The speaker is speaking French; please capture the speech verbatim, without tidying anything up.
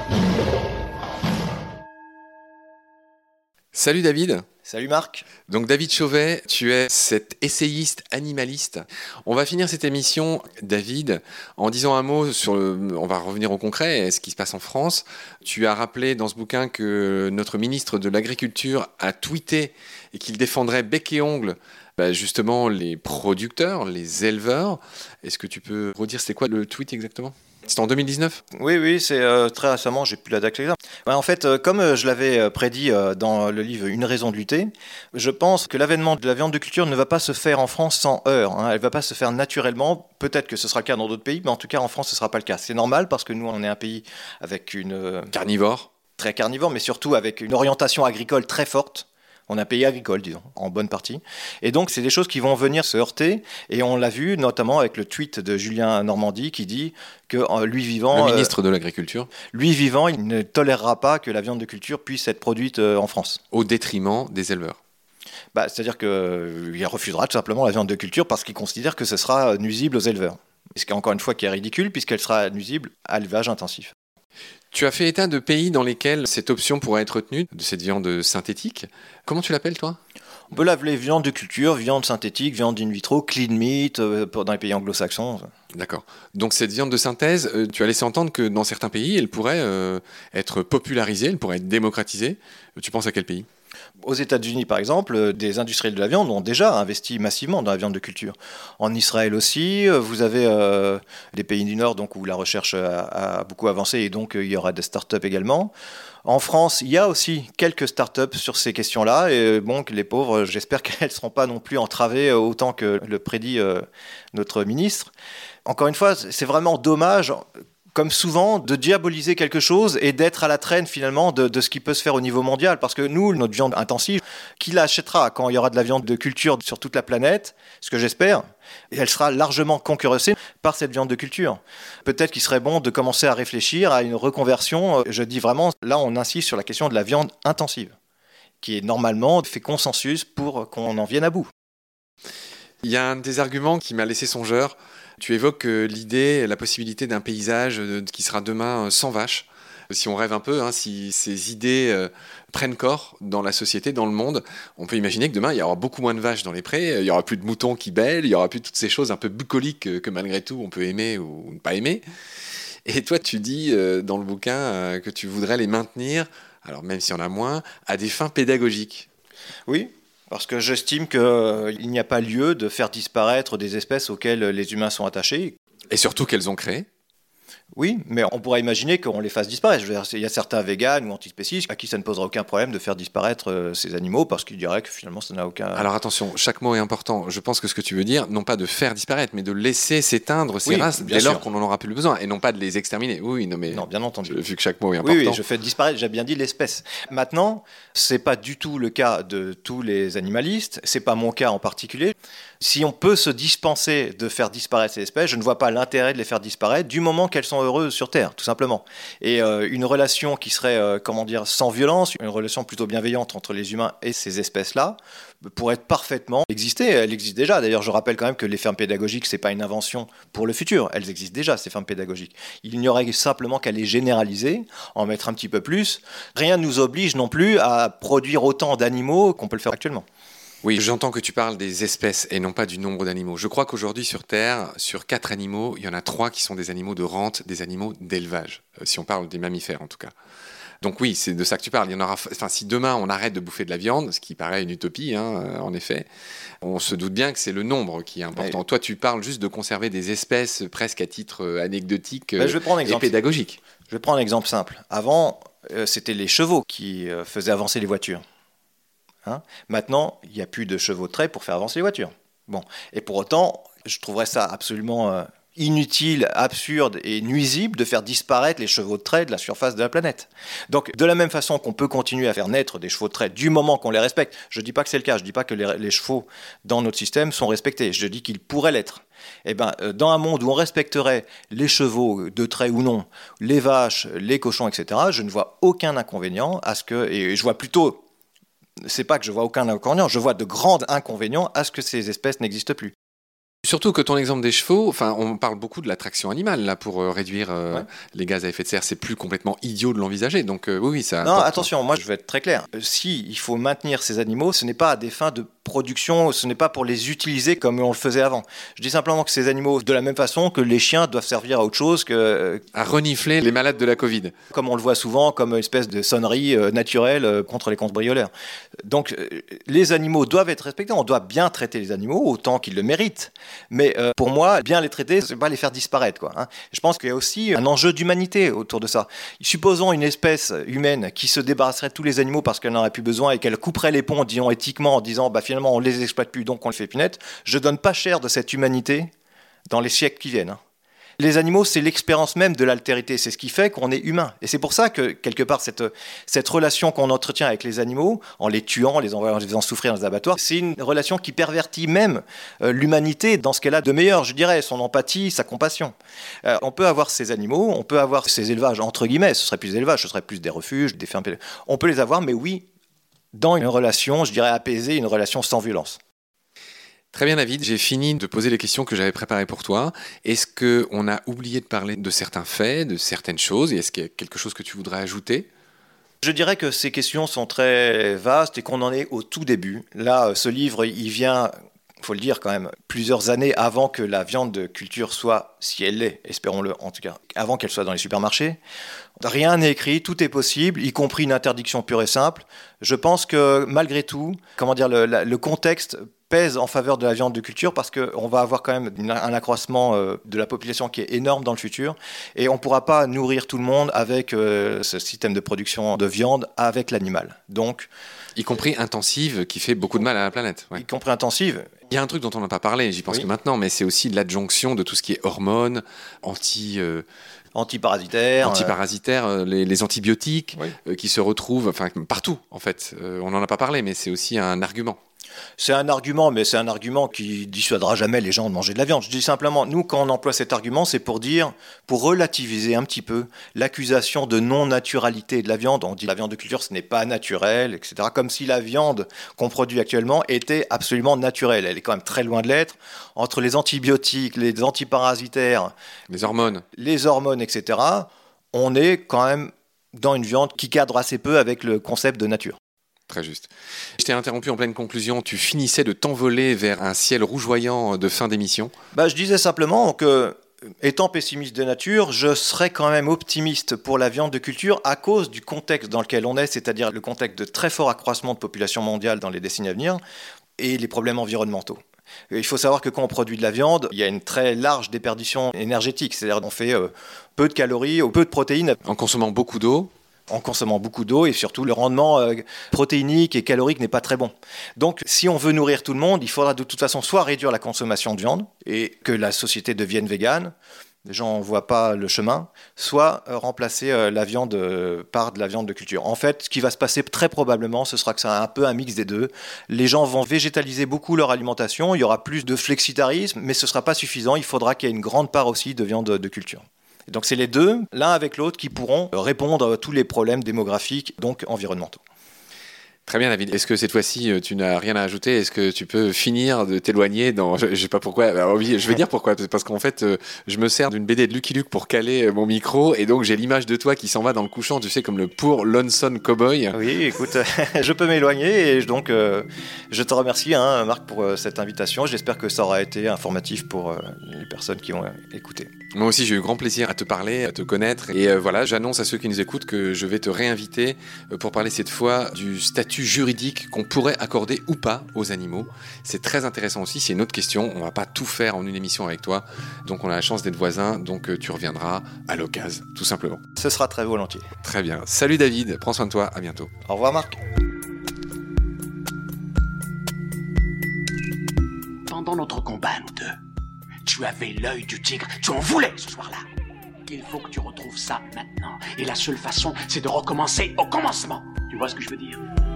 Salut David. Salut Marc. Donc David Chauvet, tu es cet essayiste animaliste. On va finir cette émission, David, en disant un mot sur le... On va revenir au concret, ce qui se passe en France. Tu as rappelé dans ce bouquin que notre ministre de l'Agriculture a tweeté et qu'il défendrait bec et ongle bah, justement les producteurs, les éleveurs. Est-ce que tu peux redire c'est quoi le tweet exactement ? C'était en deux mille dix-neuf ? Oui, oui, c'est euh, très récemment, j'ai plus la date exacte. Ouais, en fait, euh, comme euh, je l'avais euh, prédit euh, dans le livre Une raison de lutter, je pense que l'avènement de la viande de culture ne va pas se faire en France sans heurts. Hein. Elle ne va pas se faire naturellement. Peut-être que ce sera le cas dans d'autres pays, mais en tout cas en France, ce ne sera pas le cas. C'est normal parce que nous, on est un pays avec une... Euh, carnivore. Très carnivore, mais surtout avec une orientation agricole très forte. On est un pays agricole, disons, en bonne partie. Et donc, c'est des choses qui vont venir se heurter. Et on l'a vu notamment avec le tweet de Julien Normandie qui dit que lui vivant... Le ministre euh, de l'Agriculture. Lui vivant, il ne tolérera pas que la viande de culture puisse être produite euh, en France. Au détriment des éleveurs. Bah, c'est-à-dire qu'il euh, refusera tout simplement la viande de culture parce qu'il considère que ce sera nuisible aux éleveurs. Ce qui est encore une fois qui est ridicule puisqu'elle sera nuisible à l'élevage intensif. Tu as fait état de pays dans lesquels cette option pourrait être retenue, de cette viande synthétique. Comment tu l'appelles, toi ? On peut l'appeler viande de culture, viande synthétique, viande in vitro, clean meat, euh, dans les pays anglo-saxons. D'accord. Donc cette viande de synthèse, euh, tu as laissé entendre que dans certains pays, elle pourrait euh, être popularisée, elle pourrait être démocratisée. Tu penses à quel pays ? Aux États-Unis, par exemple, des industriels de la viande ont déjà investi massivement dans la viande de culture. En Israël aussi, vous avez euh, des pays du Nord donc, où la recherche a, a beaucoup avancé et donc il y aura des startups également. En France, il y a aussi quelques startups sur ces questions-là. Et bon, les pauvres, j'espère qu'elles ne seront pas non plus entravées autant que le prédit euh, notre ministre. Encore une fois, c'est vraiment dommage, comme souvent, de diaboliser quelque chose et d'être à la traîne finalement de, de ce qui peut se faire au niveau mondial. Parce que nous, notre viande intensive, qui l'achètera quand il y aura de la viande de culture sur toute la planète, ce que j'espère, et elle sera largement concurrencée par cette viande de culture. Peut-être qu'il serait bon de commencer à réfléchir à une reconversion. Je dis vraiment, là on insiste sur la question de la viande intensive, qui est normalement fait consensus pour qu'on en vienne à bout. Il y a un des arguments qui m'a laissé songeur. Tu évoques l'idée, la possibilité d'un paysage qui sera demain sans vaches. Si on rêve un peu, hein, si ces idées euh, prennent corps dans la société, dans le monde, on peut imaginer que demain, il y aura beaucoup moins de vaches dans les prés, il n'y aura plus de moutons qui bêlent, il n'y aura plus toutes ces choses un peu bucoliques que, que malgré tout, on peut aimer ou ne pas aimer. Et toi, tu dis euh, dans le bouquin euh, que tu voudrais les maintenir, alors même s'il y en a moins, à des fins pédagogiques. Oui. Parce que j'estime qu'il euh, n'y a pas lieu de faire disparaître des espèces auxquelles les humains sont attachés. Et surtout qu'elles ont créé. Oui, mais on pourrait imaginer qu'on les fasse disparaître. Je veux dire, il y a certains véganes ou antispécistes à qui ça ne posera aucun problème de faire disparaître euh, ces animaux parce qu'ils diraient que finalement ça n'a aucun... Alors attention, chaque mot est important. Je pense que ce que tu veux dire, non pas de faire disparaître, mais de laisser s'éteindre ces oui, races dès lors qu'on n'en aura plus le besoin, et non pas de les exterminer. Oui, non mais... Non, bien entendu. Vu que chaque mot est important. Oui, oui, je fais disparaître, j'ai bien dit l'espèce. Maintenant, c'est pas du tout le cas de tous les animalistes, c'est pas mon cas en particulier. Si on peut se dispenser de faire disparaître ces espèces, je ne vois pas l'intérêt de les faire disparaître du moment qu'elles sont heureuses sur Terre, tout simplement. Et euh, une relation qui serait, euh, comment dire, sans violence, une relation plutôt bienveillante entre les humains et ces espèces-là, pourrait parfaitement exister. Elle existe déjà. D'ailleurs, je rappelle quand même que les fermes pédagogiques, c'est pas une invention pour le futur. Elles existent déjà, ces fermes pédagogiques. Il n'y aurait simplement qu'à les généraliser, en mettre un petit peu plus. Rien ne nous oblige non plus à produire autant d'animaux qu'on peut le faire actuellement. Oui, j'entends que tu parles des espèces et non pas du nombre d'animaux. Je crois qu'aujourd'hui sur Terre, sur quatre animaux, il y en a trois qui sont des animaux de rente, des animaux d'élevage, euh, si on parle des mammifères en tout cas. Donc oui, c'est de ça que tu parles. Il y en aura, enfin, si demain on arrête de bouffer de la viande, ce qui paraît une utopie, hein, en effet, on se doute bien que c'est le nombre qui est important. Oui. Toi, tu parles juste de conserver des espèces presque à titre anecdotique ben, je vais prendre un et exemple. pédagogique. Je vais prendre un exemple simple. Avant, euh, c'était les chevaux qui euh, faisaient avancer les voitures. Hein, maintenant, il n'y a plus de chevaux de trait pour faire avancer les voitures. Bon. Et pour autant, je trouverais ça absolument euh, inutile, absurde et nuisible de faire disparaître les chevaux de trait de la surface de la planète. Donc, de la même façon qu'on peut continuer à faire naître des chevaux de trait du moment qu'on les respecte, je ne dis pas que c'est le cas, je ne dis pas que les, les chevaux dans notre système sont respectés, je dis qu'ils pourraient l'être. Eh ben, dans un monde où on respecterait les chevaux de trait ou non, les vaches, les cochons, et cetera, je ne vois aucun inconvénient à ce que, et je vois plutôt... C'est pas que je vois aucun inconvénient, je vois de grands inconvénients à ce que ces espèces n'existent plus. Surtout que ton exemple des chevaux, enfin, on parle beaucoup de la traction animale là pour euh, réduire euh, ouais. les gaz à effet de serre. C'est plus complètement idiot de l'envisager. Donc euh, oui, oui, ça. Non, attention, moi je vais être très clair. Si il faut maintenir ces animaux, ce n'est pas à des fins de production, ce n'est pas pour les utiliser comme on le faisait avant. Je dis simplement que ces animaux, de la même façon que les chiens doivent servir à autre chose que à renifler les malades de la Covid. Comme on le voit souvent, comme une espèce de sonnerie euh, naturelle euh, contre les cambrioleurs. Donc euh, les animaux doivent être respectés. On doit bien traiter les animaux autant qu'ils le méritent. Mais euh, pour moi, bien les traiter, c'est pas les faire disparaître, quoi, hein. Je pense qu'il y a aussi un enjeu d'humanité autour de ça. Supposons une espèce humaine qui se débarrasserait de tous les animaux parce qu'elle n'en aurait plus besoin et qu'elle couperait les ponts, disons éthiquement, en disant bah, finalement on les exploite plus, donc on le fait plus net. Je donne pas cher de cette humanité dans les siècles qui viennent, hein. Les animaux, c'est l'expérience même de l'altérité, c'est ce qui fait qu'on est humain. Et c'est pour ça que, quelque part, cette, cette relation qu'on entretient avec les animaux, en les tuant, en les envoyant, en les faisant souffrir dans les abattoirs, c'est une relation qui pervertit même euh, l'humanité dans ce qu'elle a de meilleur, je dirais, son empathie, sa compassion. Euh, on peut avoir ces animaux, on peut avoir ces élevages, entre guillemets, ce serait plus des élevages, ce serait plus des refuges, des fermes. On peut les avoir, mais oui, dans une relation, je dirais apaisée, une relation sans violence. Très bien David, j'ai fini de poser les questions que j'avais préparées pour toi. Est-ce qu'on a oublié de parler de certains faits, de certaines choses, et est-ce qu'il y a quelque chose que tu voudrais ajouter ? Je dirais que ces questions sont très vastes et qu'on en est au tout début. Là, ce livre, il vient, il faut le dire quand même, plusieurs années avant que la viande de culture soit, si elle l'est, espérons-le en tout cas, avant qu'elle soit dans les supermarchés. Rien n'est écrit, tout est possible, y compris une interdiction pure et simple. Je pense que malgré tout, comment dire, le, le contexte pèse en faveur de la viande de culture parce qu'on va avoir quand même une, un accroissement euh, de la population qui est énorme dans le futur et on ne pourra pas nourrir tout le monde avec euh, ce système de production de viande avec l'animal. Donc, y compris intensive qui fait beaucoup de mal à la planète. Ouais. Y compris intensive. Il y a un truc dont on n'a pas parlé, j'y pense oui. que maintenant, mais c'est aussi l'adjonction de tout ce qui est hormones, anti... Euh, Antiparasitaires. Antiparasitaires, euh, les, les antibiotiques oui. euh, qui se retrouvent enfin, partout, en fait. Euh, on n'en a pas parlé, mais c'est aussi un argument. C'est un argument, mais c'est un argument qui dissuadera jamais les gens de manger de la viande. Je dis simplement, nous, quand on emploie cet argument, c'est pour dire, pour relativiser un petit peu l'accusation de non-naturalité de la viande. On dit la viande de culture, ce n'est pas naturel, et cetera. Comme si la viande qu'on produit actuellement était absolument naturelle. Elle est quand même très loin de l'être. Entre les antibiotiques, les antiparasitaires, les hormones, les hormones, et cetera, on est quand même dans une viande qui cadre assez peu avec le concept de nature. Très juste. Je t'ai interrompu en pleine conclusion. Tu finissais de t'envoler vers un ciel rougeoyant de fin d'émission. Bah, je disais simplement que, étant pessimiste de nature, je serais quand même optimiste pour la viande de culture à cause du contexte dans lequel on est, c'est-à-dire le contexte de très fort accroissement de population mondiale dans les décennies à venir et les problèmes environnementaux. Il faut savoir que quand on produit de la viande, il y a une très large déperdition énergétique, c'est-à-dire qu'on fait euh, peu de calories ou peu de protéines. En consommant beaucoup d'eau en consommant beaucoup d'eau et surtout le rendement euh, protéinique et calorique n'est pas très bon. Donc si on veut nourrir tout le monde, il faudra de toute façon soit réduire la consommation de viande et que la société devienne végane, les gens ne voient pas le chemin, soit euh, remplacer euh, la viande euh, par de la viande de culture. En fait, ce qui va se passer très probablement, ce sera que c'est un peu un mix des deux. Les gens vont végétaliser beaucoup leur alimentation, il y aura plus de flexitarisme, mais ce ne sera pas suffisant, il faudra qu'il y ait une grande part aussi de viande de culture. Donc c'est les deux, l'un avec l'autre, qui pourront répondre à tous les problèmes démographiques, donc environnementaux. Très bien David, est-ce que cette fois-ci tu n'as rien à ajouter ? Est-ce que tu peux finir de t'éloigner dans... Je ne sais pas pourquoi, alors oui, je vais dire pourquoi, parce qu'en fait je me sers d'une B D de Lucky Luke pour caler mon micro et donc j'ai l'image de toi qui s'en va dans le couchant, tu sais, comme le pour Lonesome Cowboy. Oui, écoute, je peux m'éloigner et donc euh, je te remercie hein, Marc pour euh, cette invitation, j'espère que ça aura été informatif pour euh, les personnes qui ont euh, écouté. Moi aussi j'ai eu grand plaisir à te parler, à te connaître et euh, voilà, j'annonce à ceux qui nous écoutent que je vais te réinviter euh, pour parler cette fois du statut juridique qu'on pourrait accorder ou pas aux animaux. C'est très intéressant aussi, c'est une autre question, on va pas tout faire en une émission avec toi, donc on a la chance d'être voisins, donc euh, tu reviendras à l'occasion, tout simplement. Ce sera très volontiers. Très bien, salut David, prends soin de toi, à bientôt. Au revoir Marc. Pendant notre combat, nous deux, tu avais l'œil du tigre, tu en voulais ce soir-là. Il faut que tu retrouves ça maintenant. Et la seule façon, c'est de recommencer au commencement. Tu vois ce que je veux dire ?